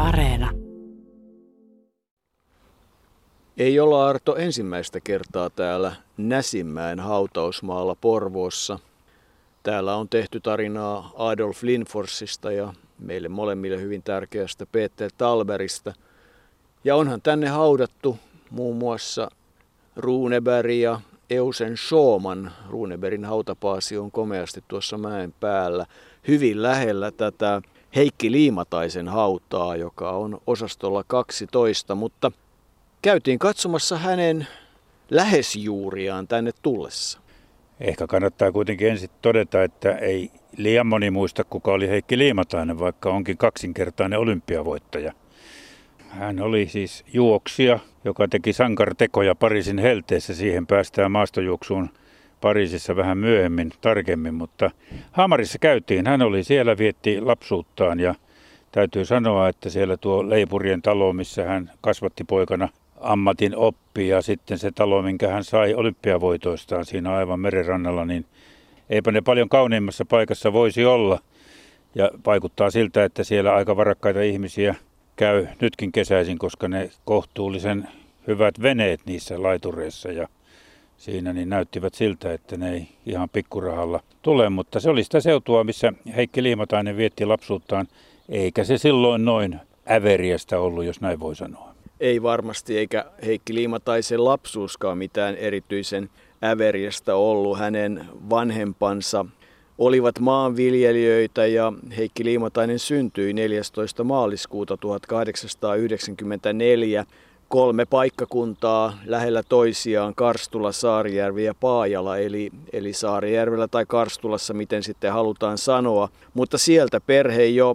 Areena. Ei olla, Arto, ensimmäistä kertaa täällä Näsinmäen hautausmaalla Porvoossa. Täällä on tehty tarinaa Adolf Lindforsista ja meille molemmille hyvin tärkeästä Peter Tallbergista. Ja onhan tänne haudattu muun muassa Runeberg ja Eugen Schumann. Runebergin hautapaasi on komeasti tuossa mäen päällä, hyvin lähellä tätä Heikki Liimataisen hautaa, joka on osastolla 12, mutta käytiin katsomassa hänen lähesjuuriaan tänne tullessa. Ehkä kannattaa kuitenkin ensin todeta, että ei liian moni muista, kuka oli Heikki Liimatainen, vaikka onkin kaksinkertainen olympiavoittaja. Hän oli siis juoksija, joka teki sankartekoja Pariisin helteessä. Siihen päästään maastojuoksuun Pariisissa vähän myöhemmin, tarkemmin, mutta Hamarissa käytiin. Hän oli siellä, vietti lapsuuttaan ja täytyy sanoa, että siellä tuo Leipurien talo, missä hän kasvatti poikana ammatin oppi ja sitten se talo, minkä hän sai olympiavoitoistaan siinä aivan merenrannalla, niin eipä ne paljon kauneimmassa paikassa voisi olla. Ja vaikuttaa siltä, että siellä aika varakkaita ihmisiä käy nytkin kesäisin, koska ne kohtuullisen hyvät veneet niissä laitureissa ja siinä niin näyttivät siltä, että ne ei ihan pikkurahalla tule, mutta se oli sitä seutua, missä Heikki Liimatainen vietti lapsuuttaan, eikä se silloin noin äveriästä ollut, jos näin voi sanoa. Ei varmasti, eikä Heikki Liimataisen lapsuuskaan mitään erityisen äveriästä ollut. Hänen vanhempansa olivat maanviljelijöitä ja Heikki Liimatainen syntyi 14. maaliskuuta 1894. 3 paikkakuntaa lähellä toisiaan, Karstula, Saarijärvi ja Paajala, eli Saarijärvellä tai Karstulassa, miten sitten halutaan sanoa. Mutta sieltä perhe jo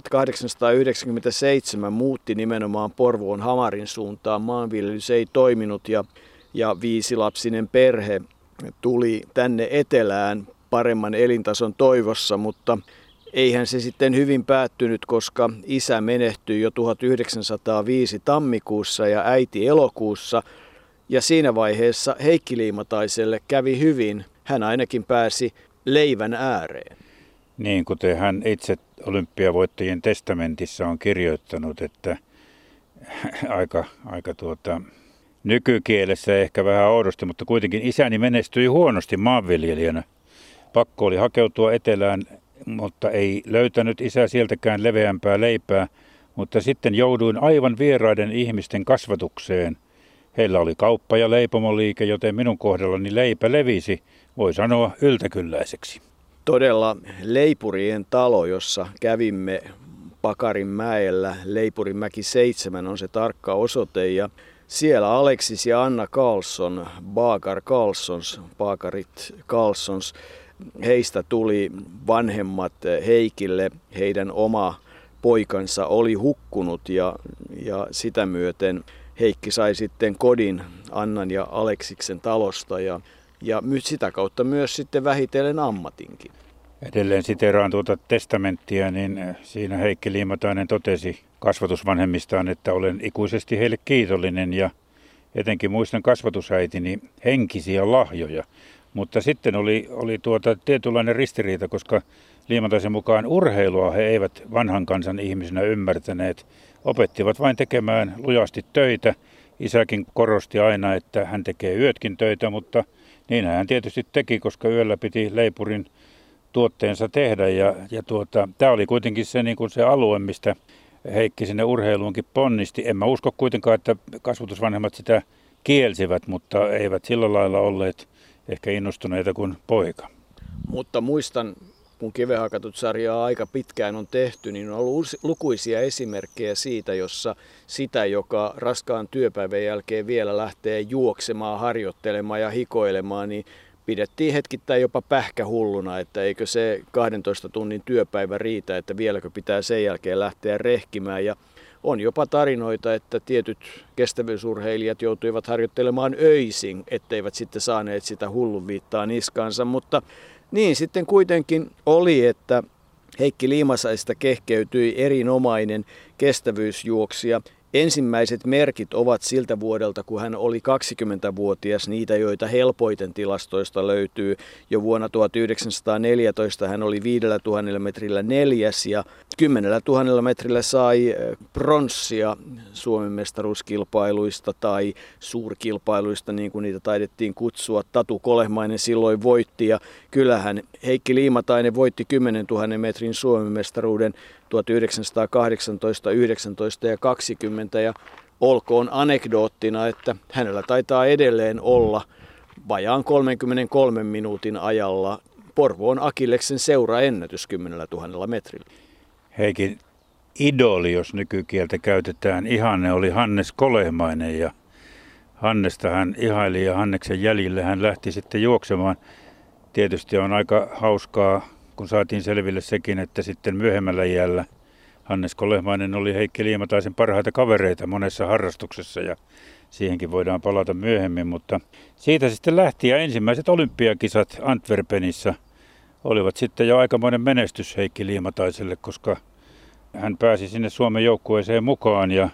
1897 muutti nimenomaan Porvoon Hamarin suuntaan. Maanviljelys ei toiminut ja 5-lapsinen perhe tuli tänne etelään paremman elintason toivossa, mutta eihän se sitten hyvin päättynyt, koska isä menehtyi jo 1905 tammikuussa ja äiti elokuussa. Ja siinä vaiheessa Heikki Liimataiselle kävi hyvin. Hän ainakin pääsi leivän ääreen. Niin, kuten hän itse olympiavoittajien testamentissa on kirjoittanut, että aika nykykielessä ehkä vähän oudosti, mutta kuitenkin isäni menestyi huonosti maanviljelijänä. Pakko oli hakeutua etelään, mutta ei löytänyt isä sieltäkään leveämpää leipää, mutta sitten jouduin aivan vieraiden ihmisten kasvatukseen. Heillä oli kauppa- ja leipomoliike, joten minun kohdallani leipä levisi, voi sanoa yltäkylläiseksi. Todella Leipurien talo, jossa kävimme Pakarinmäellä, Leipurinmäki 7 on se tarkka osoite ja siellä Aleksis ja Anna Karlsson, Baakarit Karlssons, heistä tuli vanhemmat Heikille, heidän oma poikansa oli hukkunut ja sitä myöten Heikki sai sitten kodin Annan ja Aleksiksen talosta ja sitä kautta myös sitten vähitellen ammatinkin. Edelleen siteeraan tuota testamenttia, niin siinä Heikki Liimatainen totesi kasvatusvanhemmistaan, että olen ikuisesti heille kiitollinen ja etenkin muistan kasvatusäitini henkisiä lahjoja. Mutta sitten oli tietynlainen ristiriita, koska Liimataisen mukaan urheilua he eivät vanhan kansan ihmisinä ymmärtäneet. Opettivat vain tekemään lujasti töitä. Isäkin korosti aina, että hän tekee yötkin töitä, mutta niin hän tietysti teki, koska yöllä piti Leipurin tuotteensa tehdä. Tämä oli kuitenkin se alue, mistä Heikki sinne urheiluunkin ponnisti. En mä usko kuitenkaan, että kasvatusvanhemmat sitä kielsivät, mutta eivät sillä lailla olleet ehkä innostuneita kuin poika. Mutta muistan, kun Kivehakatut-sarjaa aika pitkään on tehty, niin on ollut lukuisia esimerkkejä siitä, jossa sitä, joka raskaan työpäivän jälkeen vielä lähtee juoksemaan, harjoittelemaan ja hikoilemaan, niin pidettiin hetkittäin jopa pähkähulluna, että eikö se 12 tunnin työpäivä riitä, että vieläkö pitää sen jälkeen lähteä rehkimään. Ja on jopa tarinoita, että tietyt kestävyysurheilijat joutuivat harjoittelemaan öisin, etteivät sitten saaneet sitä hullun viittaa niskaansa. Mutta niin sitten kuitenkin oli, että Heikki Liimataisesta kehkeytyi erinomainen kestävyysjuoksija. Ensimmäiset merkit ovat siltä vuodelta, kun hän oli 20-vuotias, niitä joita helpoiten tilastoista löytyy. Jo vuonna 1914 hän oli 5000 metrillä 4. ja 10 000 metrillä sai pronssia Suomen mestaruuskilpailuista tai suurkilpailuista, niin kuin niitä taidettiin kutsua. Tatu Kolehmainen silloin voitti ja kyllähän Heikki Liimatainen voitti 10 000 metrin Suomen mestaruuden 1918, 19 ja 20 ja olkoon anekdoottina, että hänellä taitaa edelleen olla vajaan 33 minuutin ajalla Porvoon Akilleksen seuraennätys 10 000 metrillä. Heikin idoli, jos nykykieltä käytetään, ihanne oli Hannes Kolehmainen ja Hannesta hän ihaili ja Hanneksen jäljille hän lähti sitten juoksemaan. Tietysti on aika hauskaa, kun saatiin selville sekin, että sitten myöhemmällä iällä Hannes Kolehmainen oli Heikki Liimataisen parhaita kavereita monessa harrastuksessa ja siihenkin voidaan palata myöhemmin, mutta siitä sitten lähti ja ensimmäiset olympiakisat Antwerpenissa olivat sitten jo aikamoinen menestys Heikki Liimataiselle, koska hän pääsi sinne Suomen joukkueeseen mukaan ja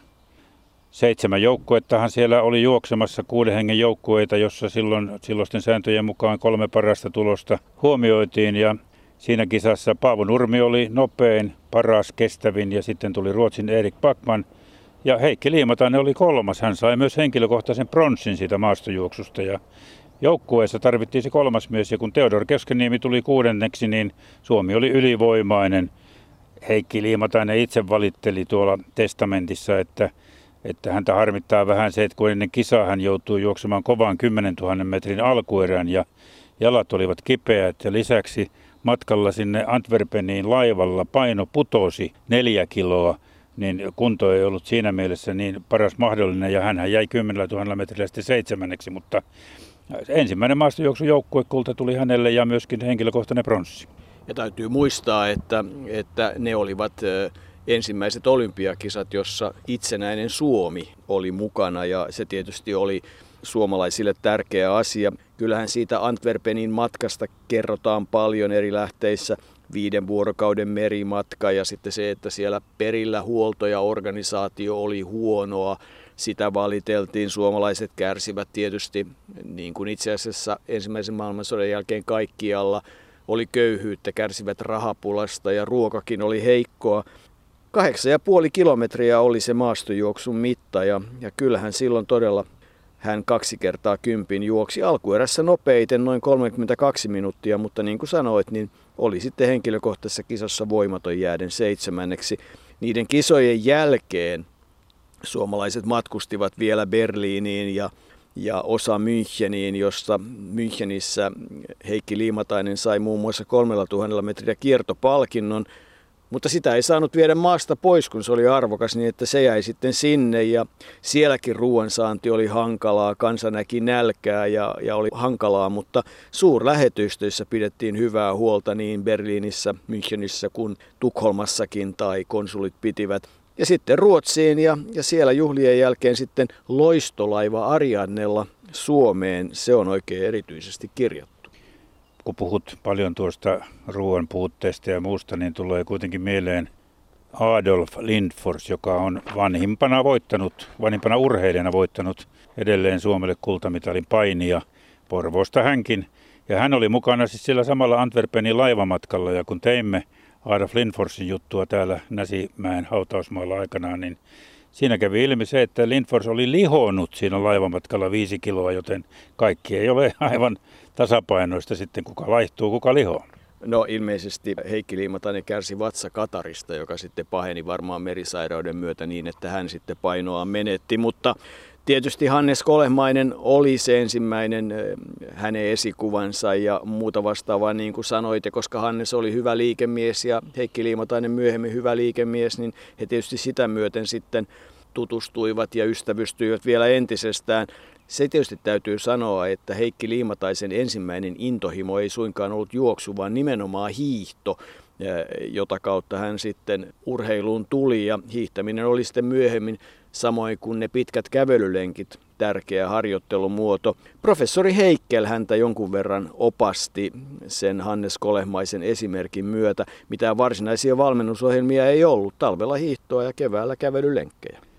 7 joukkuettahan siellä oli juoksemassa 6 hengen joukkueita, jossa silloisten sääntöjen mukaan 3 parasta tulosta huomioitiin ja siinä kisassa Paavo Nurmi oli nopein, paras, kestävin ja sitten tuli Ruotsin Erik Backman ja Heikki Liimatainen oli 3. Hän sai myös henkilökohtaisen pronssin siitä maastojuoksusta ja joukkueessa tarvittiin se 3. mies ja kun Theodor Keskeniemi tuli 6. niin Suomi oli ylivoimainen. Heikki Liimatainen itse valitteli tuolla testamentissa, että häntä harmittaa vähän se, että kun ennen kisaa hän joutui juoksemaan kovaan 10 000 metrin alkuerän ja jalat olivat kipeät ja lisäksi matkalla sinne Antwerpeniin laivalla paino putosi 4 kiloa, niin kunto ei ollut siinä mielessä niin paras mahdollinen ja hän jäi 10 000 metrillä sitten 7. mutta ensimmäinen maastojuoksujoukkuekulta tuli hänelle ja myöskin henkilökohtainen pronssi. Ja täytyy muistaa, että ne olivat ensimmäiset olympiakisat, jossa itsenäinen Suomi oli mukana ja se tietysti oli suomalaisille tärkeä asia. Kyllähän siitä Antwerpenin matkasta kerrotaan paljon eri lähteissä. 5 vuorokauden merimatka ja sitten se, että siellä perillä huolto ja organisaatio oli huonoa. Sitä valiteltiin. Suomalaiset kärsivät tietysti, niin kuin itse asiassa ensimmäisen maailmansodan jälkeen kaikkialla, oli köyhyyttä, kärsivät rahapulasta ja ruokakin oli heikkoa. 8,5 kilometriä oli se maastojuoksun mitta ja kyllähän silloin todella hän 2 kertaa 10 juoksi alkuerässä nopeiten noin 32 minuuttia, mutta niin kuin sanoit, niin oli sitten henkilökohtaisessa kisassa voimaton jääden 7. Niiden kisojen jälkeen suomalaiset matkustivat vielä Berliiniin ja osa Müncheniin, jossa Münchenissä Heikki Liimatainen sai muun muassa 3 000 metriä kiertopalkinnon, mutta sitä ei saanut viedä maasta pois, kun se oli arvokas, niin että se jäi sitten sinne ja sielläkin ruoansaanti oli hankalaa, kansa näki nälkää ja oli hankalaa, mutta suurlähetystöissä pidettiin hyvää huolta niin Berliinissä, Münchenissä kuin Tukholmassakin tai konsulit pitivät. Ja sitten Ruotsiin ja siellä juhlien jälkeen sitten loistolaiva Ariadnella Suomeen, se on oikein erityisesti kirjattu. Kun puhut paljon tuosta ruoan puutteesta ja muusta, niin tulee kuitenkin mieleen Adolf Lindfors, joka on vanhimpana urheilijana voittanut edelleen Suomelle kultamitalin painia Porvoosta hänkin. Ja hän oli mukana siis sillä samalla Antwerpenin laivamatkalla ja kun teimme Adolf Lindforsin juttua täällä Näsimäen hautausmaalla aikanaan, niin siinä kävi ilmi se, että Lindfors oli lihonnut siinä laivamatkalla 5 kiloa, joten kaikki ei ole aivan tasapainoista sitten, kuka laihtuu, kuka lihoo. No ilmeisesti Heikki Liimatainen kärsi vatsakatarista, joka sitten paheni varmaan merisairauden myötä niin, että hän sitten painoa menetti, mutta tietysti Hannes Kolehmainen oli se ensimmäinen hänen esikuvansa ja muuta vastaavaa niin kuin sanoit. Ja koska Hannes oli hyvä liikemies ja Heikki Liimatainen myöhemmin hyvä liikemies, niin he tietysti sitä myöten sitten tutustuivat ja ystävystyivät vielä entisestään. Se tietysti täytyy sanoa, että Heikki Liimataisen ensimmäinen intohimo ei suinkaan ollut juoksu, vaan nimenomaan hiihto, jota kautta hän sitten urheiluun tuli ja hiihtäminen oli sitten myöhemmin samoin kuin ne pitkät kävelylenkit tärkeä harjoittelumuoto. Professori Heikkel häntä jonkun verran opasti sen Hannes Kolehmaisen esimerkin myötä. Mitään varsinaisia valmennusohjelmia ei ollut, talvella hiihtoa ja keväällä kävelylenkkejä.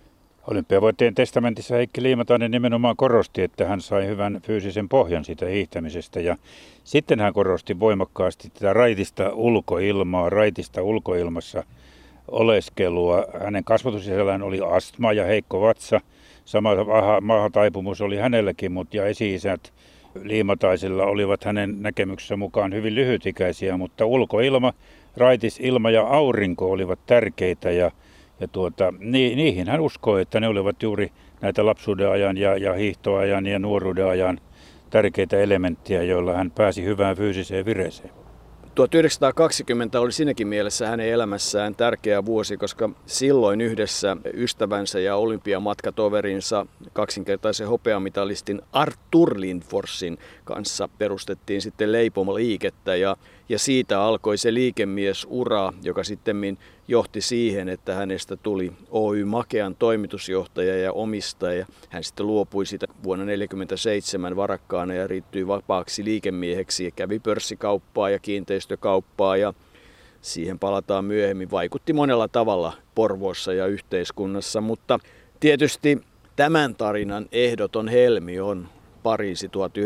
Olympiavoittajien testamentissa Heikki Liimatainen nimenomaan korosti, että hän sai hyvän fyysisen pohjan siitä hiihtämisestä. Ja sitten hän korosti voimakkaasti tätä raitista ulkoilmassa oleskelua. Hänen kasvatusisällään oli astma ja heikko vatsa. Sama mahataipumus oli hänelläkin, ja esi-isät Liimataisilla olivat hänen näkemyksensä mukaan hyvin lyhytikäisiä, mutta ulkoilma, raitisilma ja aurinko olivat tärkeitä ja niihin hän uskoi, että ne olivat juuri näitä lapsuuden ajan ja hiihtoajan ja nuoruuden ajan tärkeitä elementtejä, joilla hän pääsi hyvään fyysiseen vireeseen. 1920 oli siinäkin mielessä hänen elämässään tärkeä vuosi, koska silloin yhdessä ystävänsä ja olympiamatkatoverinsa kaksinkertaisen hopeamitalistin Arthur Lindforsin kanssa perustettiin sitten leipomoliikettä ja siitä alkoi se liikemies-ura, joka sitten johti siihen, että hänestä tuli Oy Makean toimitusjohtaja ja omistaja. Hän sitten luopui siitä vuonna 1947 varakkaana ja riittyi vapaaksi liikemieheksi ja kävi pörssikauppaa ja kiinteistökauppaa ja siihen palataan myöhemmin. Vaikutti monella tavalla Porvoossa ja yhteiskunnassa, mutta tietysti tämän tarinan ehdoton helmi on Pariisi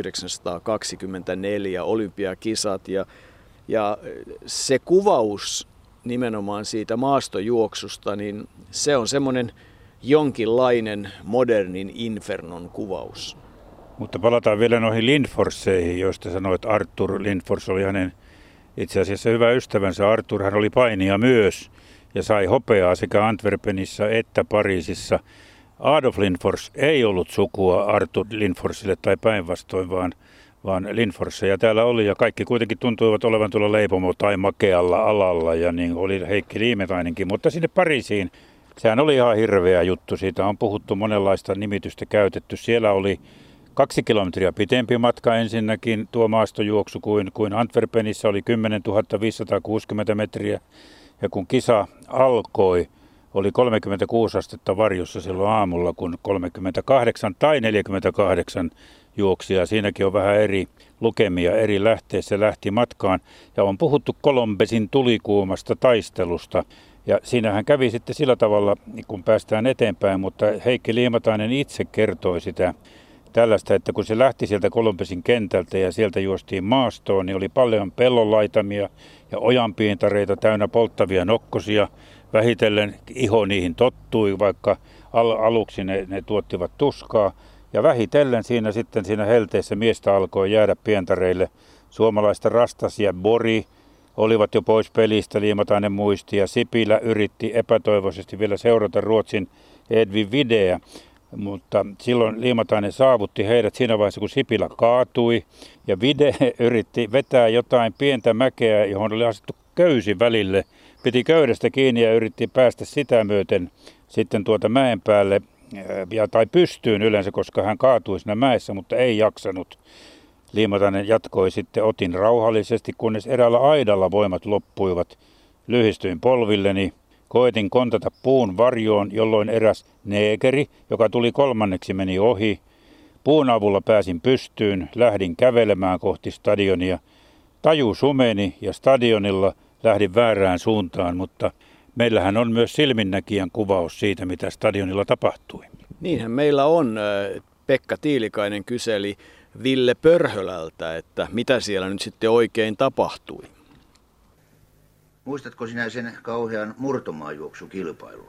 1924 olympiakisat ja se kuvaus nimenomaan siitä maastojuoksusta, niin se on semmoinen jonkinlainen modernin infernon kuvaus. Mutta palataan vielä noihin Lindforseihin, joista sanoit, Arthur Lindfors oli hänen itse asiassa hyvä ystävänsä. Arthur hän oli painija myös ja sai hopeaa sekä Antwerpenissa että Pariisissa. Adolf Lindfors ei ollut sukua Arthur Lindforsille tai päinvastoin, vaan Lindforsia täällä oli ja kaikki kuitenkin tuntuivat olevan tuolla leipomo- tai makealla alalla ja niin oli Heikki Liimatainenkin, mutta sinne Pariisiin, sehän oli ihan hirveä juttu, siitä on puhuttu monenlaista nimitystä käytetty, siellä oli 2 kilometriä pitempi matka ensinnäkin tuo maastojuoksu kuin Antwerpenissä oli 10 560 metriä ja kun kisa alkoi, oli 36 astetta varjossa silloin aamulla, kun 38 tai 48 juoksia. Siinäkin on vähän eri lukemia eri lähteissä lähti matkaan. Ja on puhuttu Colombesin tulikuumasta taistelusta. Ja siinähän kävi sitten sillä tavalla, kun päästään eteenpäin, mutta Heikki Liimatainen itse kertoi sitä tällaista, että kun se lähti sieltä Colombesin kentältä ja sieltä juostiin maastoon, niin oli paljon pellonlaitamia ja ojanpientareita täynnä polttavia nokkosia. Vähitellen iho niihin tottui, vaikka aluksi ne tuottivat tuskaa. Ja vähitellen siinä helteessä miestä alkoi jäädä pientareille. Suomalaista Rastas ja Bori olivat jo pois pelistä, Liimatainen muisti. Ja Sipilä yritti epätoivoisesti vielä seurata Ruotsin Edvin Videä. Mutta silloin Liimatainen saavutti heidät siinä vaiheessa, kun Sipilä kaatui. Ja Vide yritti vetää jotain pientä mäkeä, johon oli asettu köysi välille. Piti köydestä kiinni ja yritti päästä sitä myöten sitten mäen päälle tai pystyyn yleensä, koska hän kaatui siinä mäessä, mutta ei jaksanut. Liimatainen jatkoi sitten, otin rauhallisesti, kunnes eräällä aidalla voimat loppuivat. Lyhistyin polvilleni, koetin kontata puun varjoon, jolloin eräs neekeri, joka tuli kolmanneksi, meni ohi. Puun avulla pääsin pystyyn, lähdin kävelemään kohti stadionia. Taju sumeni ja stadionilla lähdin väärään suuntaan, mutta meillähän on myös silminnäkijän kuvaus siitä, mitä stadionilla tapahtui. Niinhän meillä on. Pekka Tiilikainen kyseli Ville Pörhölältä, että mitä siellä nyt sitten oikein tapahtui. Muistatko sinä sen kauhean murtomaajuoksukilpailun?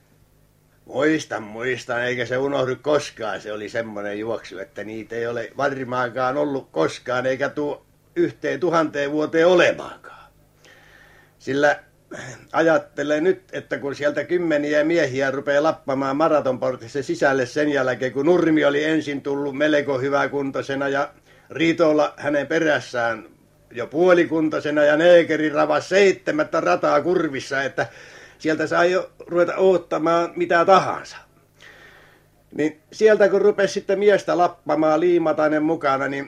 Muistan, eikä se unohdu koskaan. Se oli semmoinen juoksu, että niitä ei ole varmaankaan ollut koskaan, eikä tuo 1000 vuoteen olemaankaan. Sillä ajattelen nyt, että kun sieltä kymmeniä miehiä rupeaa lappamaan maratonportissa sisälle sen jälkeen, kun Nurmi oli ensin tullut melko hyväkuntoisena ja Riitola hänen perässään jo puolikuntoisena ja Neekeri ravasi 7 rataa kurvissa, että sieltä sai jo ruveta odottamaan mitä tahansa. Niin sieltä kun rupesi sitten miestä lappamaan Liimatainen mukana, niin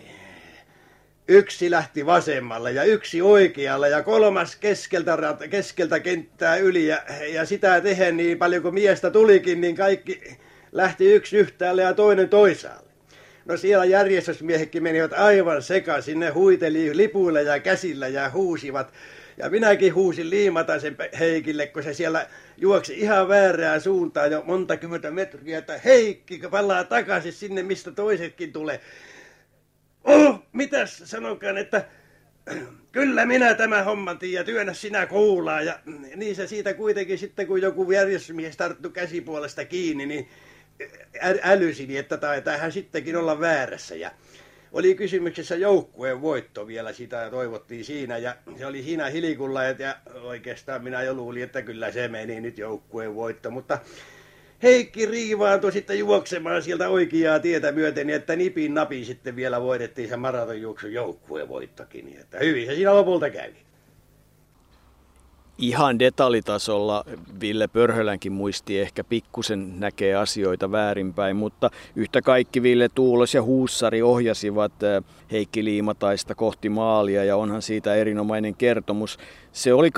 yksi lähti vasemmalle ja yksi oikealle ja kolmas keskeltä kenttää yli ja sitä tehen niin paljon kuin miestä tulikin, niin kaikki lähti yksi yhtäälle ja toinen toisaalle. No siellä järjestysmiehetkin menivät aivan sekaisin, ne huiteli lipuilla ja käsillä ja huusivat. Ja minäkin huusin Liimataisen Heikille, kun se siellä juoksi ihan väärään suuntaan jo monta kymmentä metriä, että Heikki palaa takaisin sinne, mistä toisetkin tulee. Mitäs sanokaan, että kyllä minä tämän homman tiedän, työnnä sinä kuulaa. Ja niin se siitä kuitenkin sitten, kun joku järjestysmies tarttui käsipuolesta kiinni, niin älysi, että taitaa sittenkin olla väärässä. Ja oli kysymyksessä joukkueen voitto vielä, sitä toivottiin siinä, ja se oli siinä hilikulla, ja oikeastaan minä jo luulin, että kyllä se meni nyt joukkueen voitto, mutta Heikki riivaantui sitten juoksemaan sieltä oikeaa tietä myöten, niin että nipin napin sitten vielä voitettiin se maratonjuoksun joukkueen voittokin, niin että hyvin se siinä lopulta kävi. Ihan detaljitasolla Ville Pörhölänkin muisti ehkä pikkusen näkee asioita väärinpäin, mutta yhtä kaikki Ville Tuulos ja Huussari ohjasivat Heikki Liimataista kohti maalia ja onhan siitä erinomainen kertomus. Se oli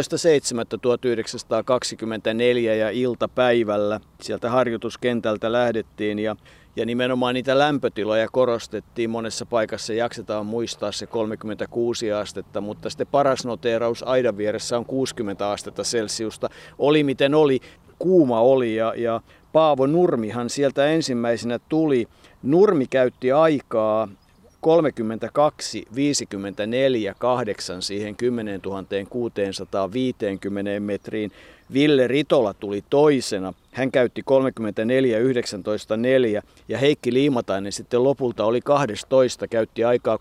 12.7.1924 ja iltapäivällä sieltä harjoituskentältä lähdettiin ja nimenomaan niitä lämpötiloja korostettiin. Monessa paikassa jaksetaan muistaa se 36 astetta, mutta sitten paras noteeraus aidan vieressä on 60 astetta Celsiusta. Oli miten oli, kuuma oli ja Paavo Nurmihan sieltä ensimmäisenä tuli. Nurmi käytti aikaa 32.54.8 siihen 10 650 metriin. Ville Ritola tuli toisena. Hän käytti 34.19.4 ja Heikki Liimatainen sitten lopulta oli 12, käytti aikaa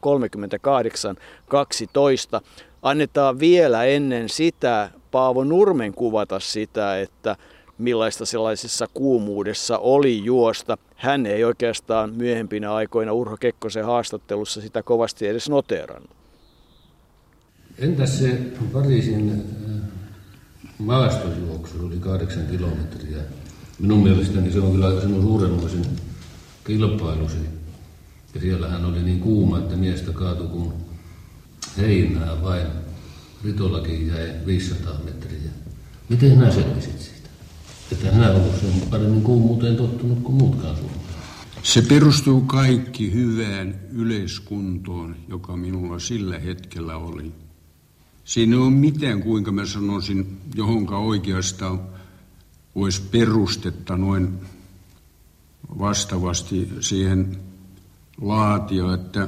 38.12. Annetaan vielä ennen sitä Paavo Nurmen kuvata sitä, että millaista sellaisessa kuumuudessa oli juosta. Hän ei oikeastaan myöhempinä aikoina Urho Kekkosen haastattelussa sitä kovasti edes noteerannut. Entäs se Pariisin maastojuoksu, oli 8 kilometriä. Minun mielestäni se on kyllä aika suurenmoisen kilpailusi. Ja siellähän oli niin kuuma, että miestä kaatui kuin heinää vain. Ritolakin jäi 500 metriä. Miten sinä selvisit siitä? Että sinä ollut sen paremmin kuumuuteen tottunut kuin muutkaan suomalaiset. Se perustuu kaikki hyvään yleiskuntoon, joka minulla sillä hetkellä oli. Siinä ei ole mitään, kuinka mä sanoisin, johonka oikeastaan olisi perustetta noin vastaavasti siihen laatia, että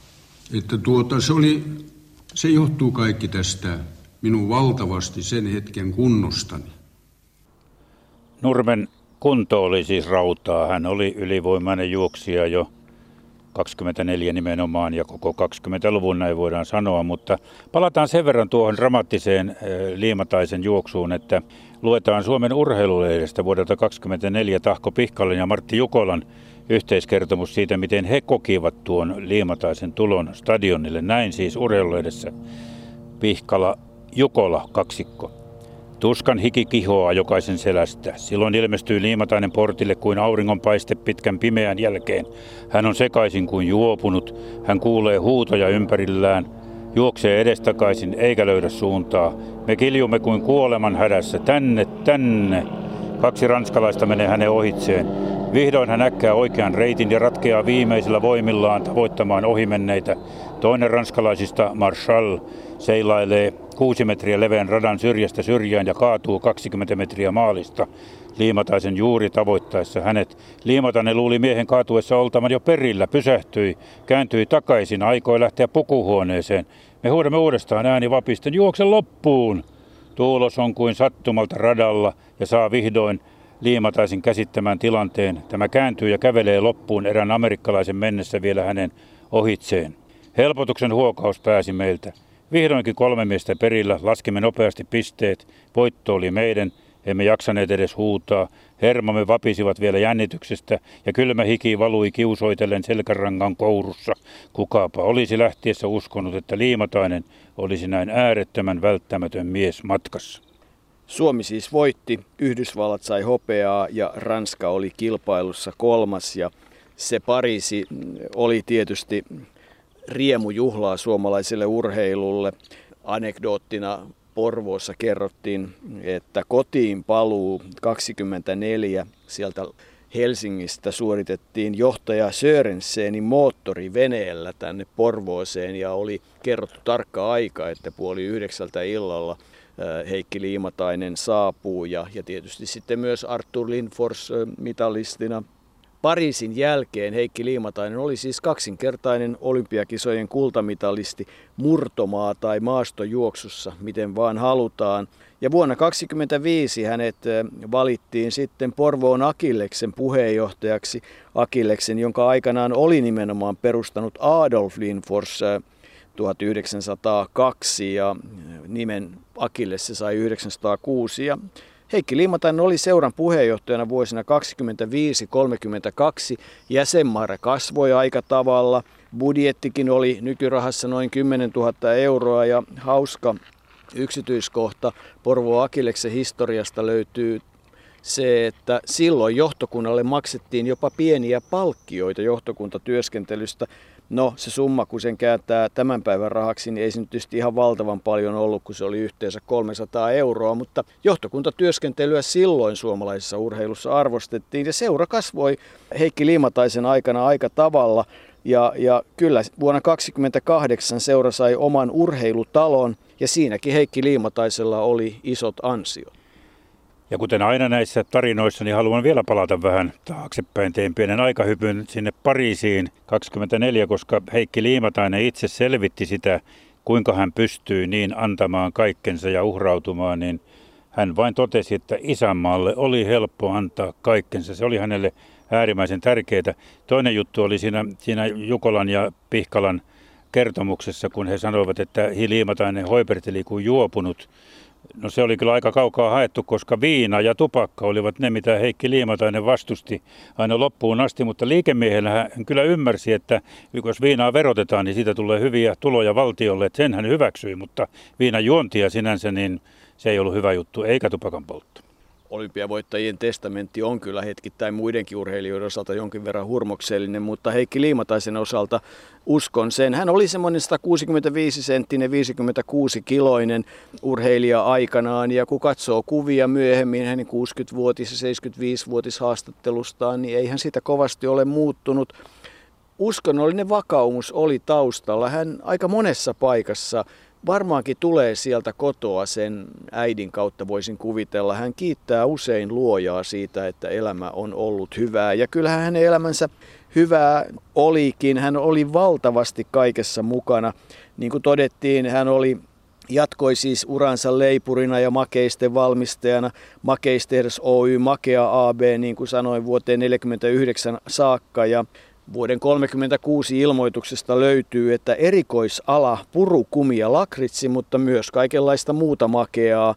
se johtuu kaikki tästä minun valtavasti sen hetken kunnostani. Nurmen kunto oli siis rautaa. Hän oli ylivoimainen juoksija jo 24 nimenomaan ja koko 20-luvun näin voidaan sanoa, mutta palataan sen verran tuohon dramaattiseen Liimataisen juoksuun, että luetaan Suomen urheilulehdestä vuodelta 2024 Tahko Pihkalan ja Martti Jukolan yhteiskertomus siitä, miten he kokivat tuon Liimataisen tulon stadionille. Näin siis urheilulehdessä Pihkala-Jukola kaksikko. Tuskan hiki kihoaa jokaisen selästä. Silloin ilmestyy Liimatainen portille kuin auringonpaiste pitkän pimeän jälkeen. Hän on sekaisin kuin juopunut. Hän kuulee huutoja ympärillään. Juoksee edestakaisin eikä löydä suuntaa. Me kiljumme kuin kuoleman hädässä. Tänne, tänne. 2 ranskalaista menee hänen ohitseen. Vihdoin hän äkkää oikean reitin ja ratkeaa viimeisillä voimillaan tavoittamaan ohimenneitä. Toinen ranskalaisista, Marshall, seilailee 6 metriä leveän radan syrjästä syrjään ja kaatuu 20 metriä maalista. Liimataisen juuri tavoittaessa hänet. Liimatainen luuli miehen kaatuessa oltavan jo perillä, pysähtyi, kääntyi takaisin, aikoi lähteä pukuhuoneeseen. Me huudamme uudestaan ääni vapisten, juokse loppuun. Tuulos on kuin sattumalta radalla ja saa vihdoin Liimataisen käsittämään tilanteen. Tämä kääntyy ja kävelee loppuun erään amerikkalaisen mennessä vielä hänen ohitseen. Helpotuksen huokaus pääsi meiltä. Vihdoinkin 3 miestä perillä, laskimme nopeasti pisteet. Voitto oli meidän, emme jaksaneet edes huutaa. Hermomme vapisivat vielä jännityksestä ja kylmä hiki valui kiusoitellen selkärangan kourussa. Kukaapa olisi lähtiessä uskonut, että Liimatainen olisi näin äärettömän välttämätön mies matkassa. Suomi siis voitti, Yhdysvallat sai hopeaa ja Ranska oli kilpailussa 3. ja se Pariisi oli tietysti riemujuhlaa suomalaiselle urheilulle. Anekdoottina Porvoossa kerrottiin, että kotiin paluu 24 sieltä Helsingistä suoritettiin johtaja Sörensenin moottoriveneellä tänne Porvooseen ja oli kerrottu tarkka aika, että 8:30 illalla Heikki Liimatainen saapuu ja tietysti sitten myös Arthur Lindfors mitalistina. Pariisin jälkeen Heikki Liimatainen oli siis kaksinkertainen olympiakisojen kultamitalisti murtomaa- tai maastojuoksussa, miten vaan halutaan. Ja vuonna 1925 hänet valittiin sitten Porvoon Akilleksen puheenjohtajaksi. Akilleksen, jonka aikanaan oli nimenomaan perustanut Adolf Lindfors 1902 ja nimen Akilles se sai 1906. Ja Heikki Liimatainen oli seuran puheenjohtajana vuosina 25-32. Jäsenmäärä kasvoi aika tavalla. Budjettikin oli nykyrahassa noin 10 000 euroa ja hauska yksityiskohta Porvoo Akilleksen historiasta löytyy se, että silloin johtokunnalle maksettiin jopa pieniä palkkioita johtokuntatyöskentelystä. No se summa, kun sen kääntää tämän päivän rahaksi, niin ei se nyt tietysti ihan valtavan paljon ollut, kun se oli yhteensä 300 euroa, mutta johtokuntatyöskentelyä silloin suomalaisessa urheilussa arvostettiin ja seura kasvoi Heikki Liimataisen aikana aika tavalla. Ja kyllä vuonna 1928 seura sai oman urheilutalon ja siinäkin Heikki Liimataisella oli isot ansiot. Ja kuten aina näissä tarinoissa, niin haluan vielä palata vähän taaksepäin. Tein pienen aikahypyn sinne Pariisiin 24, koska Heikki Liimatainen itse selvitti sitä, kuinka hän pystyi niin antamaan kaikkensa ja uhrautumaan, niin hän vain totesi, että isänmaalle oli helppo antaa kaikkensa. Se oli hänelle äärimmäisen tärkeää. Toinen juttu oli siinä Jukolan ja Pihkalan kertomuksessa, kun he sanoivat, että Liimatainen hoiperteli kuin juopunut. No se oli kyllä aika kaukaa haettu, koska viina ja tupakka olivat ne, mitä Heikki Liimatainen vastusti aina loppuun asti, mutta liikemiehellä hän kyllä ymmärsi, että jos viinaa verotetaan, niin siitä tulee hyviä tuloja valtiolle, että sen hän hyväksyi, mutta viinan juontia sinänsä, niin se ei ollut hyvä juttu, eikä tupakan poltto. Olympiavoittajien testamentti on kyllä hetkittäin muidenkin urheilijoiden osalta jonkin verran hurmoksellinen, mutta Heikki Liimataisen osalta uskon sen. Hän oli semmoinen 165-senttinen, 56-kiloinen urheilija aikanaan, ja kun katsoo kuvia myöhemmin hänen 60-vuotis- ja 75-vuotis haastattelustaan, niin eihän sitä kovasti ole muuttunut. Uskonnollinen vakaumus oli taustalla. Hän aika monessa paikassa varmaankin tulee sieltä kotoa sen äidin kautta, voisin kuvitella. Hän kiittää usein luojaa siitä, että elämä on ollut hyvää. Ja kyllähän hänen elämänsä hyvää olikin. Hän oli valtavasti kaikessa mukana. Niin kuin todettiin, hän jatkoi siis uransa leipurina ja makeisten valmistajana. Makeistehdas Oy, Makea AB, niin kuin sanoin, vuoteen 1949 saakka. Ja vuoden 1936 ilmoituksesta löytyy, että erikoisala puru, kumi ja lakritsi, mutta myös kaikenlaista muuta makeaa.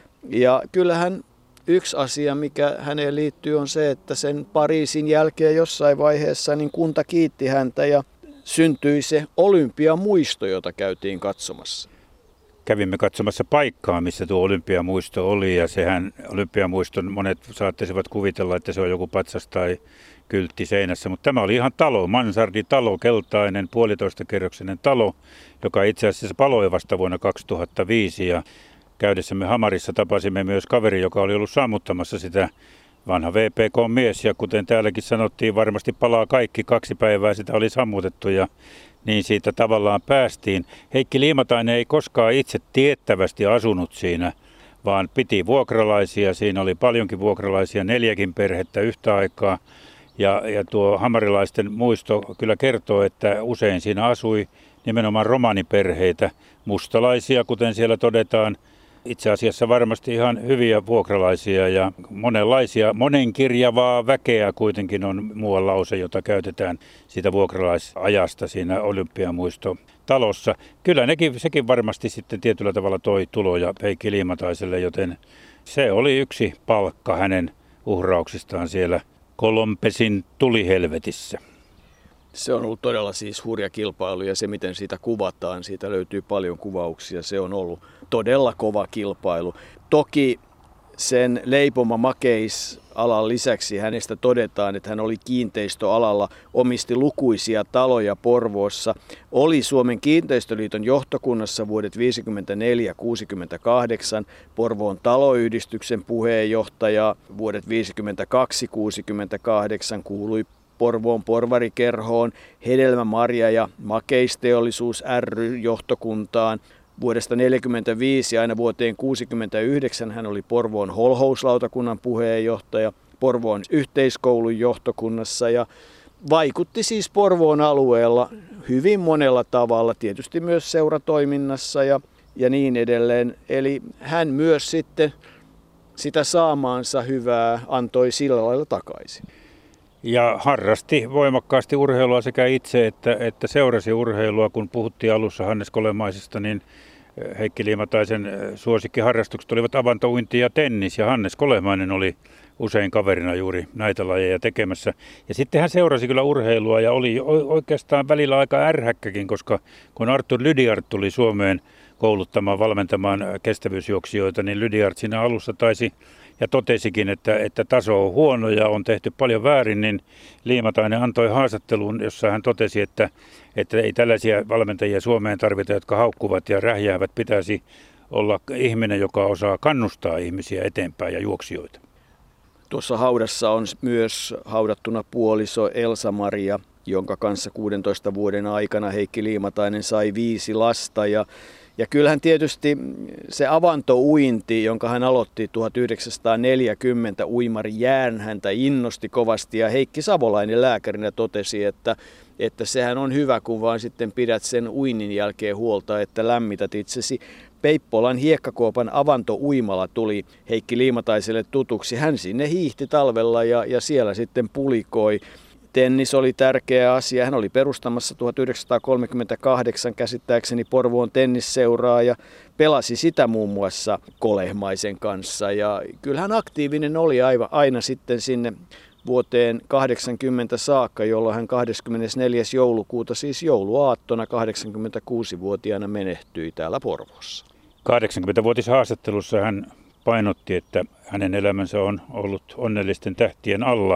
Ja kyllähän yksi asia, mikä häneen liittyy, on se, että sen Pariisin jälkeen jossain vaiheessa niin kunta kiitti häntä ja syntyi se olympiamuisto, jota käytiin katsomassa. Kävimme katsomassa paikkaa, missä tuo olympiamuisto oli, ja sehän olympiamuiston monet saattaisivat kuvitella, että se on joku patsas tai kyltti seinässä, mutta tämä oli ihan talo, mansarditalo, keltainen, 1,5-kerroksinen talo, joka itse asiassa paloi vasta vuonna 2005, ja käydessämme Hamarissa tapasimme myös kaveri, joka oli ollut sammuttamassa sitä, vanha VPK-mies, ja kuten täälläkin sanottiin, varmasti palaa kaikki, 2 päivää sitä oli sammutettu, ja niin siitä tavallaan päästiin. Heikki Liimatainen ei koskaan itse tiettävästi asunut siinä, vaan piti vuokralaisia. Siinä oli paljonkin vuokralaisia, 4 perhettä yhtä aikaa. Ja tuo hamarilaisten muisto kyllä kertoo, että usein siinä asui nimenomaan romaniperheitä, mustalaisia, kuten siellä todetaan. Itse asiassa varmasti ihan hyviä vuokralaisia ja monenlaisia, monenkirjavaa väkeä kuitenkin on muualla lause, jota käytetään siitä vuokralaisajasta siinä olympiamuistotalossa. Kyllä sekin varmasti sitten tietyllä tavalla toi tuloja Heikki Liimataiselle, joten se oli yksi palkka hänen uhrauksistaan siellä Kolompesin tulihelvetissä. Se on ollut todella siis hurja kilpailu ja se miten siitä kuvataan, siitä löytyy paljon kuvauksia. Se on ollut todella kova kilpailu. Toki sen leipoma makeisalan lisäksi hänestä todetaan, että hän oli kiinteistöalalla, omisti lukuisia taloja Porvoossa, oli Suomen kiinteistöliiton johtokunnassa vuodet 1954-1968, Porvoon taloyhdistyksen puheenjohtaja vuodet 1952-1968, kuului Porvoon porvarikerhoon, hedelmä, marja ja makeisteollisuus ry johtokuntaan. Vuodesta 1945 aina vuoteen 1969 hän oli Porvoon holhouslautakunnan puheenjohtaja, Porvoon yhteiskoulun johtokunnassa ja vaikutti siis Porvoon alueella hyvin monella tavalla, tietysti myös seuratoiminnassa ja niin edelleen. Eli hän myös sitten sitä saamaansa hyvää antoi sillä lailla takaisin. Ja harrasti voimakkaasti urheilua sekä itse että seurasi urheilua. Kun puhuttiin alussa Hannes Kolehmaisesta, niin Heikki Liimataisen suosikkiharrastukset olivat avantouinti ja tennis. Ja Hannes Kolehmainen oli usein kaverina juuri näitä lajeja tekemässä. Ja sitten hän seurasi kyllä urheilua ja oli oikeastaan välillä aika ärhäkkäkin, koska kun Arthur Lydiard tuli Suomeen kouluttamaan, valmentamaan kestävyysjuoksijoita, niin Lydiard siinä alussa taisi ja totesikin, että taso on huono ja on tehty paljon väärin, niin Liimatainen antoi haastattelun, jossa hän totesi, että ei tällaisia valmentajia Suomeen tarvita, jotka haukkuvat ja rähjäävät. Pitäisi olla ihminen, joka osaa kannustaa ihmisiä eteenpäin ja juoksijoita. Tuossa haudassa on myös haudattuna puoliso Elsa-Maria, jonka kanssa 16 vuoden aikana Heikki Liimatainen sai 5 lasta. Ja kyllähän tietysti se avantouinti, jonka hän aloitti 1940, uimari Jään häntä innosti kovasti. Ja Heikki Savolainen lääkärinä totesi, että sehän on hyvä, kun vaan sitten pidät sen uinnin jälkeen huolta, että lämmität itsesi. Peippolan hiekkakuopan avantouimala tuli Heikki Liimataiselle tutuksi. Hän sinne hiihti talvella ja siellä sitten pulikoi. Tennis oli tärkeä asia. Hän oli perustamassa 1938 käsittääkseni Porvoon tennisseuraa ja pelasi sitä muun muassa Kolehmaisen kanssa. Ja kyllähän aktiivinen oli aina sitten sinne vuoteen 80 saakka, jolloin hän 24. joulukuuta, siis jouluaattona 86-vuotiaana menehtyi täällä Porvoossa. 80-vuotishaastattelussa hän painotti, että hänen elämänsä on ollut onnellisten tähtien alla.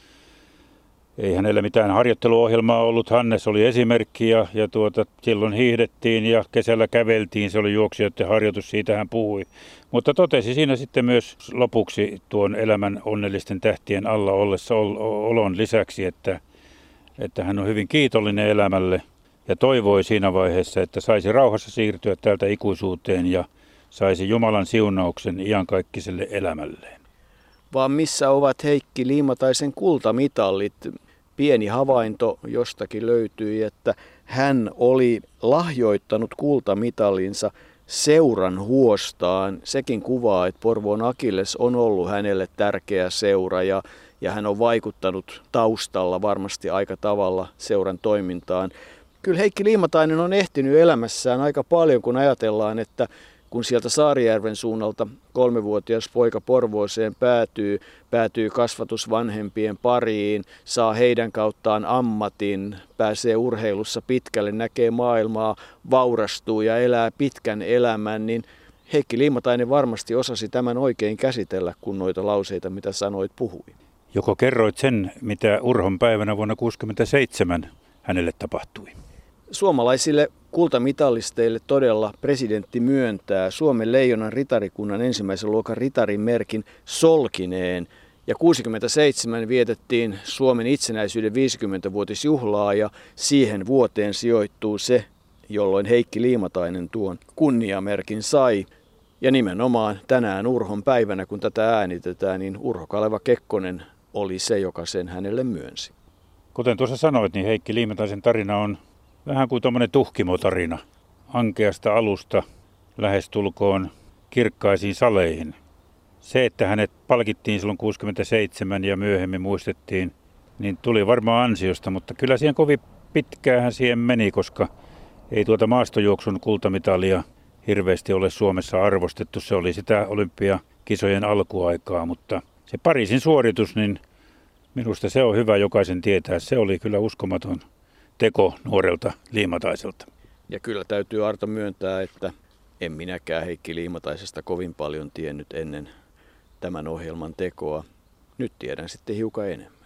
Ei hänellä mitään harjoitteluohjelmaa ollut. Hannes oli esimerkki ja silloin hiihdettiin ja kesällä käveltiin. Se oli juoksijoiden harjoitus, siitä hän puhui. Mutta totesi siinä sitten myös lopuksi tuon elämän onnellisten tähtien alla ollessa olon lisäksi, että hän on hyvin kiitollinen elämälle ja toivoi siinä vaiheessa, että saisi rauhassa siirtyä täältä ikuisuuteen ja saisi Jumalan siunauksen iankaikkiselle elämälleen. Vaan missä ovat Heikki Liimataisen kultamitalit? Pieni havainto jostakin löytyi, että hän oli lahjoittanut kultamitalinsa seuran huostaan. Sekin kuvaa, että Porvoon Akilles on ollut hänelle tärkeä seura ja hän on vaikuttanut taustalla varmasti aika tavalla seuran toimintaan. Kyllä Heikki Liimatainen on ehtinyt elämässään aika paljon, kun ajatellaan, että kun sieltä Saarijärven suunnalta 3-vuotias poika Porvooseen päätyy kasvatusvanhempien pariin, saa heidän kauttaan ammatin, pääsee urheilussa pitkälle, näkee maailmaa, vaurastuu ja elää pitkän elämän, niin Heikki Liimatainen varmasti osasi tämän oikein käsitellä, kun noita lauseita, mitä sanoit, puhui. Joko kerroit sen, mitä Urhon päivänä vuonna 1967 hänelle tapahtui? Suomalaisille kultamitalisteille todella presidentti myöntää Suomen Leijonan ritarikunnan ensimmäisen luokan ritarin merkin solkineen. Ja 1967 vietettiin Suomen itsenäisyyden 50-vuotisjuhlaa ja siihen vuoteen sijoittuu se, jolloin Heikki Liimatainen tuon kunniamerkin sai. Ja nimenomaan tänään Urhon päivänä, kun tätä äänitetään, niin Urho Kaleva Kekkonen oli se, joka sen hänelle myönsi. Kuten tuossa sanoit, niin Heikki Liimataisen tarina on vähän kuin tuommoinen tuhkimotarina. Ankeasta alusta lähestulkoon kirkkaisiin saleihin. Se, että hänet palkittiin silloin 1967 ja myöhemmin muistettiin, niin tuli varmaan ansiosta, mutta kyllä siihen kovin pitkään siihen meni, koska ei tuota maastojuoksun kultamitalia hirveästi ole Suomessa arvostettu. Se oli sitä olympiakisojen alkuaikaa, mutta se Pariisin suoritus, niin minusta se on hyvä jokaisen tietää. Se oli kyllä uskomaton teko nuorelta Liimataiselta. Ja kyllä täytyy Arto myöntää, että en minäkään Heikki Liimataisesta kovin paljon tiennyt ennen tämän ohjelman tekoa. Nyt tiedän sitten hiukan enemmän.